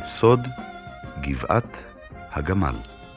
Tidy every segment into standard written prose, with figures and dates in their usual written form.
סוד גבעת הגמל.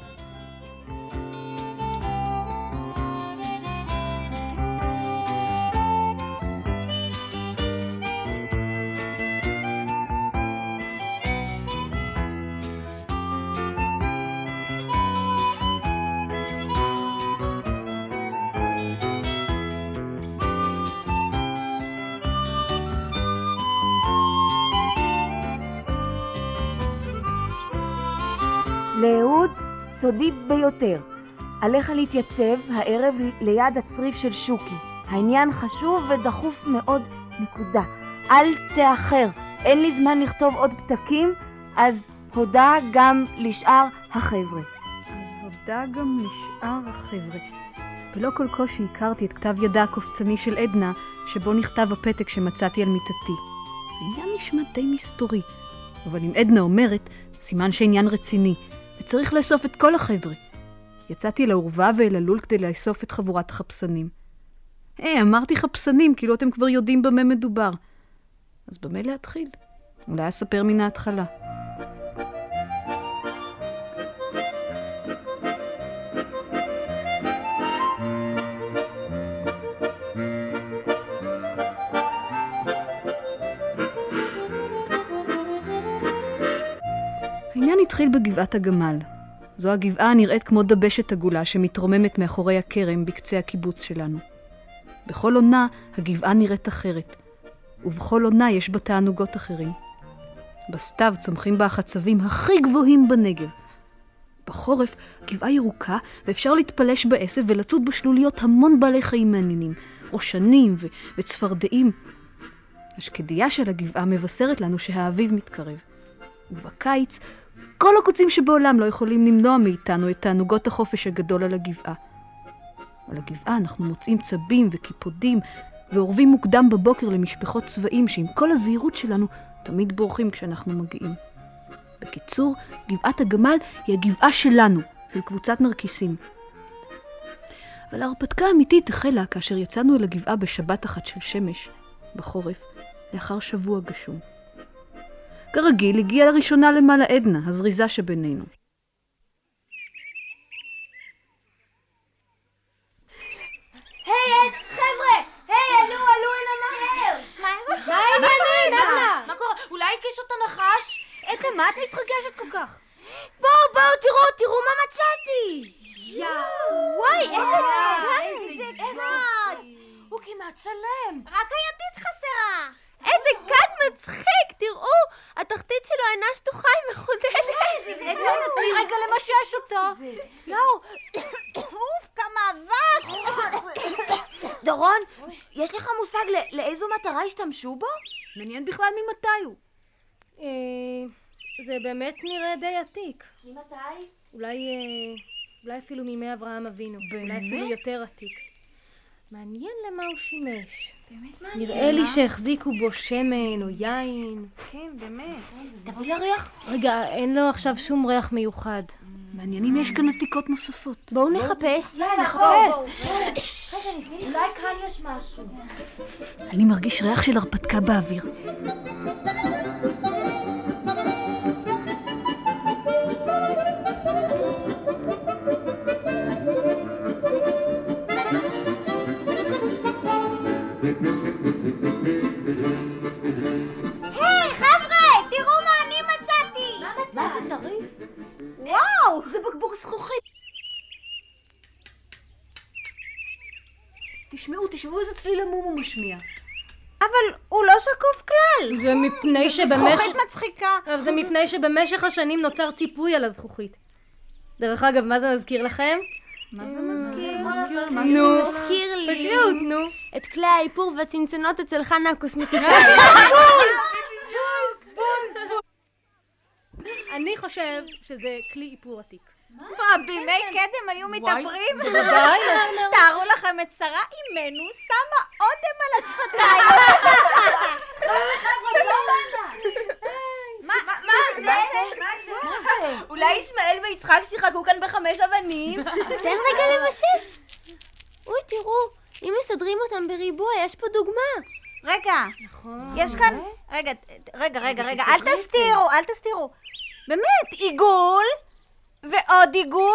לאהוד, סודי ביותר. עליך להתייצב הערב ליד הצריף של שוקי. העניין חשוב ודחוף מאוד, נקודה. אל תאחר. אין לי זמן לכתוב עוד פתקים, אז הודע גם לשאר החבר'ה. בלא כל קושי הכרתי את כתב ידה הקופצני של עדנה, שבו נכתב הפתק שמצאתי על מיטתי. העניין נשמע די מסתורי, אבל אם עדנה אומרת, סימן שעניין רציני, וצריך לאסוף את כל החבר'ה. יצאתי לעורבה ואל הלול כדי לאסוף את חבורת החפסנים. אמרתי חפסנים, כאילו אתם כבר יודעים במה מדובר. אז במה להתחיל? אולי אספר מן ההתחלה. העניין התחיל בגבעת הגמל. זו הגבעה נראית כמו דבשת עגולה שמתרוממת מאחורי הכרם בקצה הקיבוץ שלנו. בכל עונה הגבעה נראית אחרת, ובכל עונה יש בה תענוגות אחרים. בסתיו צומחים בה החצבים הכי גבוהים בנגב. בחורף גבעה ירוקה ואפשר להתפלש בעשב ולצוד בשלוליות המון בעלי חיים מעניינים, ראשנים וצפרדעים. השקדיה של הגבעה מבשרת לנו שהאביב מתקרב. ובקיץ כל הקוצים שבעולם לא יכולים למנוע מאיתנו את תענוגות החופש הגדול על הגבעה. על הגבעה אנחנו מוצאים צבים וקיפודים ועורבים מוקדם בבוקר למשפחות צבעים שעם כל הזהירות שלנו תמיד בורחים כשאנחנו מגיעים. בקיצור, גבעת הגמל היא הגבעה שלנו, של קבוצת נרקיסים. אבל ההרפתקה האמיתית החלה כאשר יצאנו אל הגבעה בשבת אחת של שמש, בחורף, לאחר שבוע גשום. כרגיל הגיעה לראשונה למעלה עדנה, הזריזה שבינינו. היי, חבר'ה! היי, עלו הנה מהר! מה היא רוצה? מה עדנה? מה קורה? אולי הקיש אותה נחש? עדנה, מה את מתרגשת כל כך? בואו, תראו מה מצאתי! וואי, איזה גד! הוא כמעט שלם. רק הידית חסרה. איזה גד מצחיק, תראו! התחתית שלו אינה שטוחה, היא מחודדת. תני רגע למשש אותו. לא, אוף, כמה אבק. דורון, יש לך מושג לאיזו מטרה השתמשו בו? מעניין בכלל ממתי הוא. זה באמת נראה די עתיק. ממתי? אולי אפילו מימי אברהם אבינו. באמת? אולי אפילו יותר עתיק. מעניין למה הוא שימש. באמת מעניין. נראה לי שהחזיקו בו שמן או יין. כן, באמת. תבואי לריח. רגע, אין לו עכשיו שום ריח מיוחד. מעניין אם יש כאן עתיקות נוספות. בואו נחפש. רגע, אולי כאן יש משהו. אני מרגיש ריח של הרפתקה באוויר. היי, חבר'ה, תראו מה אני מצאתי. מה זה טרי? וואו, זה בקבוק זכוכית. תשמעו איזה צליל עמום הוא משמיע. אבל הוא לא שקוף כלל. זה מפני זכוכית מצחיקה. זה מפני שבמשך השנים נוצר ציפוי על הזכוכית. דרך אגב, מה זה מזכיר לכם? מה זה מזכיר? נו, מזכיר לי פשוט, נו. את כלי האיפור והצנצנות אצל חנה הקוסמטיקאית. אני חושב שזה כלי איפור עתיק. בימי קדם היו מתאפרים. בוודאי. תארו לכם את שרה אימנו שמה אודם על השפתיים. מה זה? אולי ישמעאל ויצחק שיחקו כאן בחמש אבנים? תן רגע למשש. אוי, תראו, אם מסדרים אותם בריבוע, יש פה דוגמה. רגע, יש כאן... רגע, אל תסתירו. באמת, עיגול, ועוד עיגול.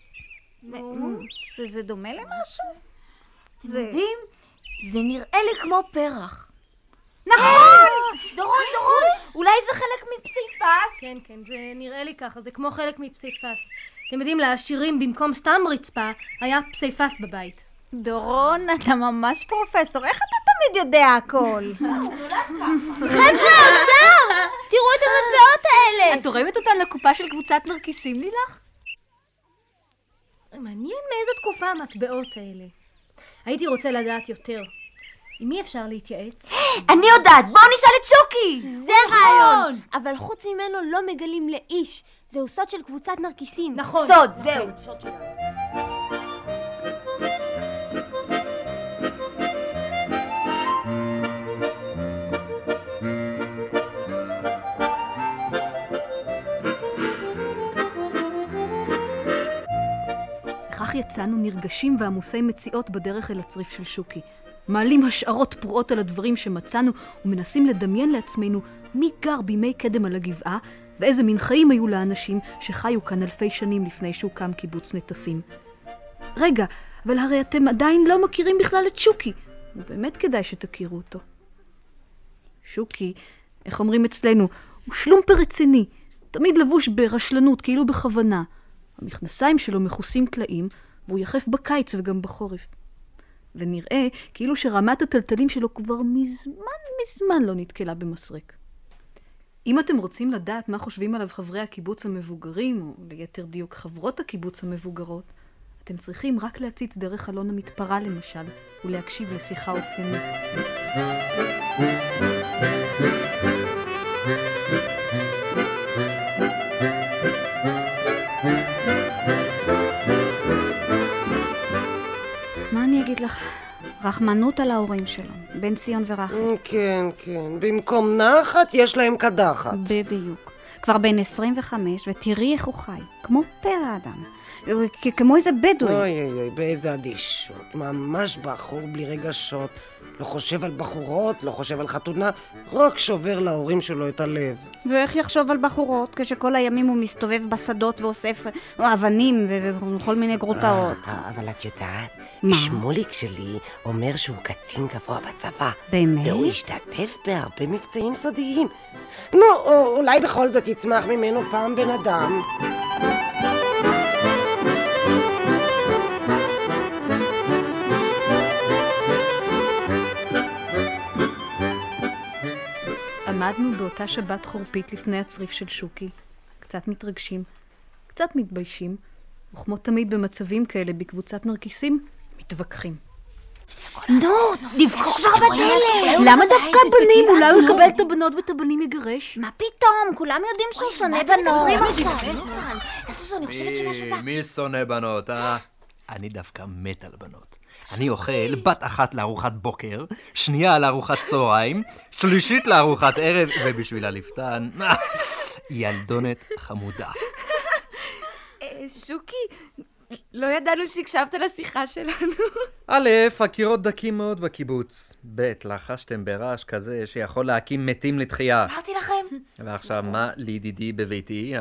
זה דומה למשהו? אתם יודעים? זה נראה לי כמו פרח. נכון! דורון, אולי זה חלק מפסיפס? כן, זה נראה לי ככה, זה כמו חלק מפסיפס. אתם יודעים, לעשירים במקום סתם רצפה, היה פסיפס בבית. דורון, אתה ממש פרופסור, איך אתה תמיד יודע הכל? חבר'ה, עוזר! תראו את המטבעות האלה! את תורמת אותן לקופה של קבוצת נרקיסים, לילך? מעניין מאיזה תקופה המטבעות האלה. הייתי רוצה לדעת יותר. עם מי אפשר להתייעץ? אני יודעת, בואו נשאל את שוקי! זה רעיון! אבל חוץ ממנו לא מגלים לאיש. זהו סוד של קבוצת נרקיסים. נכון. סוד, זהו. כך יצאנו נרגשים ועמוסי מציאות בדרך אל הצריף של שוקי. מעלים השערות פרועות על הדברים שמצאנו ומנסים לדמיין לעצמנו מי גר בימי קדם על הגבעה ואיזה מין חיים היו לאנשים שחיו כאן אלפי שנים לפני שהוקם קיבוץ נטפים. רגע, אבל הרי אתם עדיין לא מכירים בכלל את שוקי. ובאמת כדאי שתכירו אותו. שוקי, איך אומרים אצלנו, הוא שלומפר רציני, תמיד לבוש ברשלנות, כאילו בכוונה. המכנסיים שלו מכוסים טלאים, והוא יחף בקיץ וגם בחורף. ונראה כאילו שרמת הטלטלים שלו כבר מזמן לא נתקלה במסרק. אם אתם רוצים לדעת מה חושבים עליו חברי הקיבוץ המבוגרים, או ליתר דיוק חברות הקיבוץ המבוגרות, אתם צריכים רק להציץ דרך חלון המתפרה למשל, ולהקשיב לשיחה אופיינית. מה אני אגיד לך? רחמנות על ההורים שלו, בן ציון ורחל. כן, במקום נחת יש להם קדחת. בדיוק. כבר בן 25 ותראי איך הוא חי, כמו פרא אדם. כמו איזה בדואי. אוי, באיזה אדישות. ממש בחור בלי רגשות. לא חושב על בחורות, לא חושב על חתונה, רק שובר להורים שלו את הלב. ואיך יחשוב על בחורות כשכל הימים הוא מסתובב בשדות ואוסף אבנים וכל מיני גרוטאות? אבל את יודעת, מה? שמוליק שלי אומר שהוא קצין גבוה בצבא. באמת? והוא השתתף בהרבה מבצעים סודיים. נו, אולי בכל זאת יצמח ממנו פעם בן אדם. עמדנו באותה שבת חורפית לפני הצריף של שוקי, קצת מתרגשים, קצת מתביישים, וכמו תמיד במצבים כאלה בקבוצת נרקיסים, מתווכחים. נו, דבקו כבר בדלת! למה דווקא בנים? אולי הוא יקבל את הבנות ואת הבנים יגרש? מה פתאום? כולם יודעים שהוא שונא בנות. אני חושבת שמשהו בא. מי שונא בנות, אני דווקא מת על בנות. אני אוכל בת אחת לארוחת בוקר, שנייה לארוחת צהריים, שלישית לארוחת ערב, ובשביל הלפתן, ילדונת חמודה. שוקי, לא ידענו שהקשבת לשיחה שלנו. א', הקירות דקים מאוד בקיבוץ. ב', לחשתם ברעש כזה שיכול להקים מתים לתחייה. אמרתי לכם. ועכשיו, מה לידידי בביתי,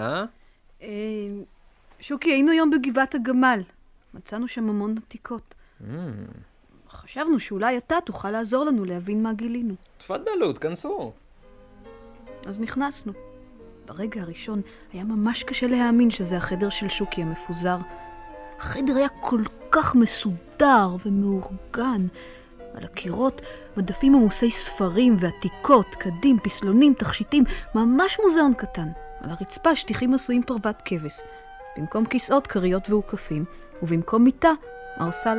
שוקי, היינו היום בגבעת הגמל. מצאנו שם המון עתיקות. חשבנו שאולי אתה תוכל לעזור לנו להבין מה גילינו. תפדלו, תכנסו. אז נכנסנו. ברגע הראשון היה ממש קשה להאמין שזה החדר של שוקי המפוזר. החדר היה כל כך מסודר ומאורגן. על הקירות מדפים עמוסי ספרים ועתיקות, קדים, פסלונים, תכשיטים, ממש מוזיאון קטן. על הרצפה שטיחים עשויים פרוות כבש. במקום כיסאות, קריות ועוקפים, ובמקום מיטה, ארסל.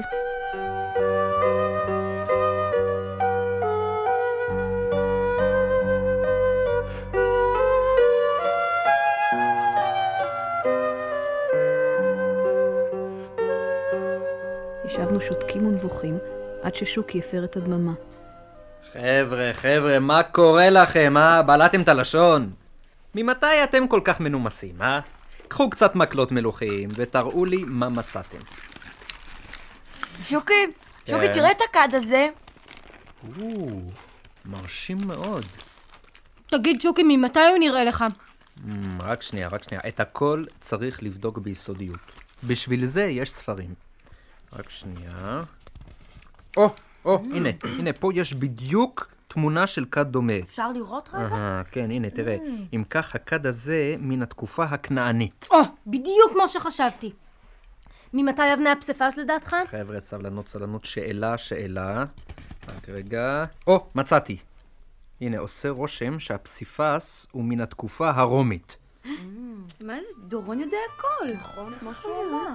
ישבנו שותקים ונבוכים עד ששוקי הפר את הדממה. חבר'ה, מה קורה לכם, בלעתם את הלשון? ממתי אתם כל כך מנומסים, קחו קצת מקלות מלוכים ותראו לי מה מצאתם. שוקי, תראה את הכד הזה. מרשים מאוד. תגיד, שוקי, ממתי הוא נראה לך? רק שנייה. את הכל צריך לבדוק ביסודיות. בשביל זה יש ספרים. רק שנייה. הנה, פה יש בדיוק תמונה של כד דומה. אפשר לראות רגע? כן, הנה, תראה. אם כך, הכד הזה מן התקופה הכנענית. בדיוק כמו שחשבתי. ממתי אבני הפסיפס לדעתך? חבר'ה, סבלנות, שאלה. רק רגע. מצאתי. הנה, עושה רושם שהפסיפס הוא מן התקופה הרומית. מה זה? דורון יודע הכל. נכון, כמו שהוא אמר.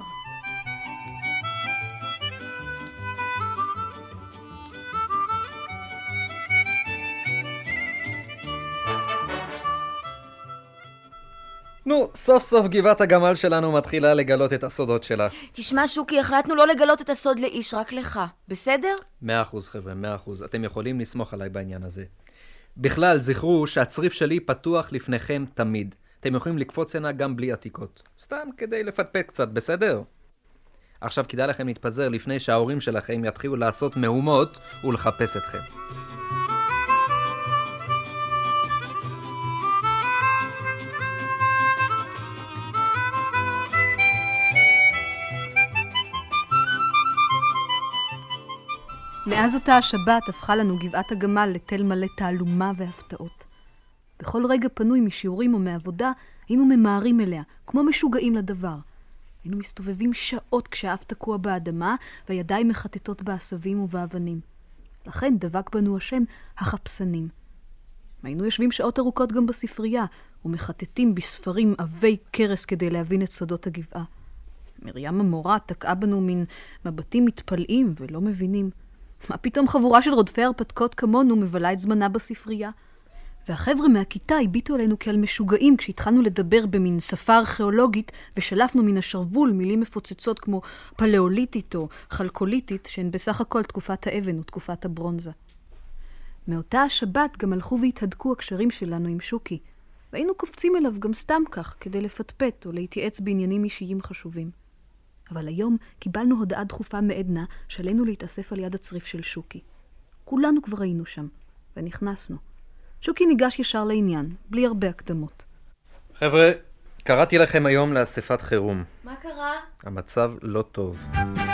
נו, סוף סוף גבעת הגמל שלנו מתחילה לגלות את הסודות שלה. תשמע שוקי, החלטנו לא לגלות את הסוד לאיש, רק לך. בסדר? 100% חבר'ה, 100%. אתם יכולים לסמוך עליי בעניין הזה. בכלל, זכרו שהצריף שלי פתוח לפניכם תמיד. אתם יכולים לקפוץ הנה גם בלי עתיקות. סתם כדי לפטפט קצת, בסדר? עכשיו כדאי לכם להתפזר לפני שההורים שלכם יתחילו לעשות מהומות ולחפש אתכם. מאז אותה השבת הפכה לנו גבעת הגמל לתל מלא תעלומה והפתעות. בכל רגע פנוי משיעורים או מעבודה, היינו ממהרים אליה, כמו משוגעים לדבר. היינו מסתובבים שעות כשהאף תקוע באדמה, והידיים מחטטות בעשבים ובאבנים. לכן דבק בנו השם החפשנים. היינו יושבים שעות ארוכות גם בספרייה, ומחטטים בספרים עבי קרס כדי להבין את סודות הגבעה. מרים המורה תקעה בנו מן מבטים מתפלאים ולא מבינים. מה פתאום חבורה של רודפי הרפתקות כמונו מבלה את זמנה בספרייה? והחבר'ה מהכיתה הביטו עלינו כעל משוגעים כשהתחלנו לדבר במין שפה ארכיאולוגית ושלפנו מן השרוול מילים מפוצצות כמו פלאוליטית או חלקוליטית שהן בסך הכל תקופת האבן ותקופת הברונזה. מאותה השבת גם הלכו והתהדקו הקשרים שלנו עם שוקי, והיינו קופצים אליו גם סתם כך כדי לפטפט או להתייעץ בעניינים אישיים חשובים. אבל היום קיבלנו הודעה דחופה מעדנה שעלינו להתאסף על יד הצריף של שוקי. כולנו כבר היינו שם, ונכנסנו. שוקי ניגש ישר לעניין, בלי הרבה הקדמות. חבר'ה, קראתי לכם היום לאספת חירום. מה קרה? המצב לא טוב.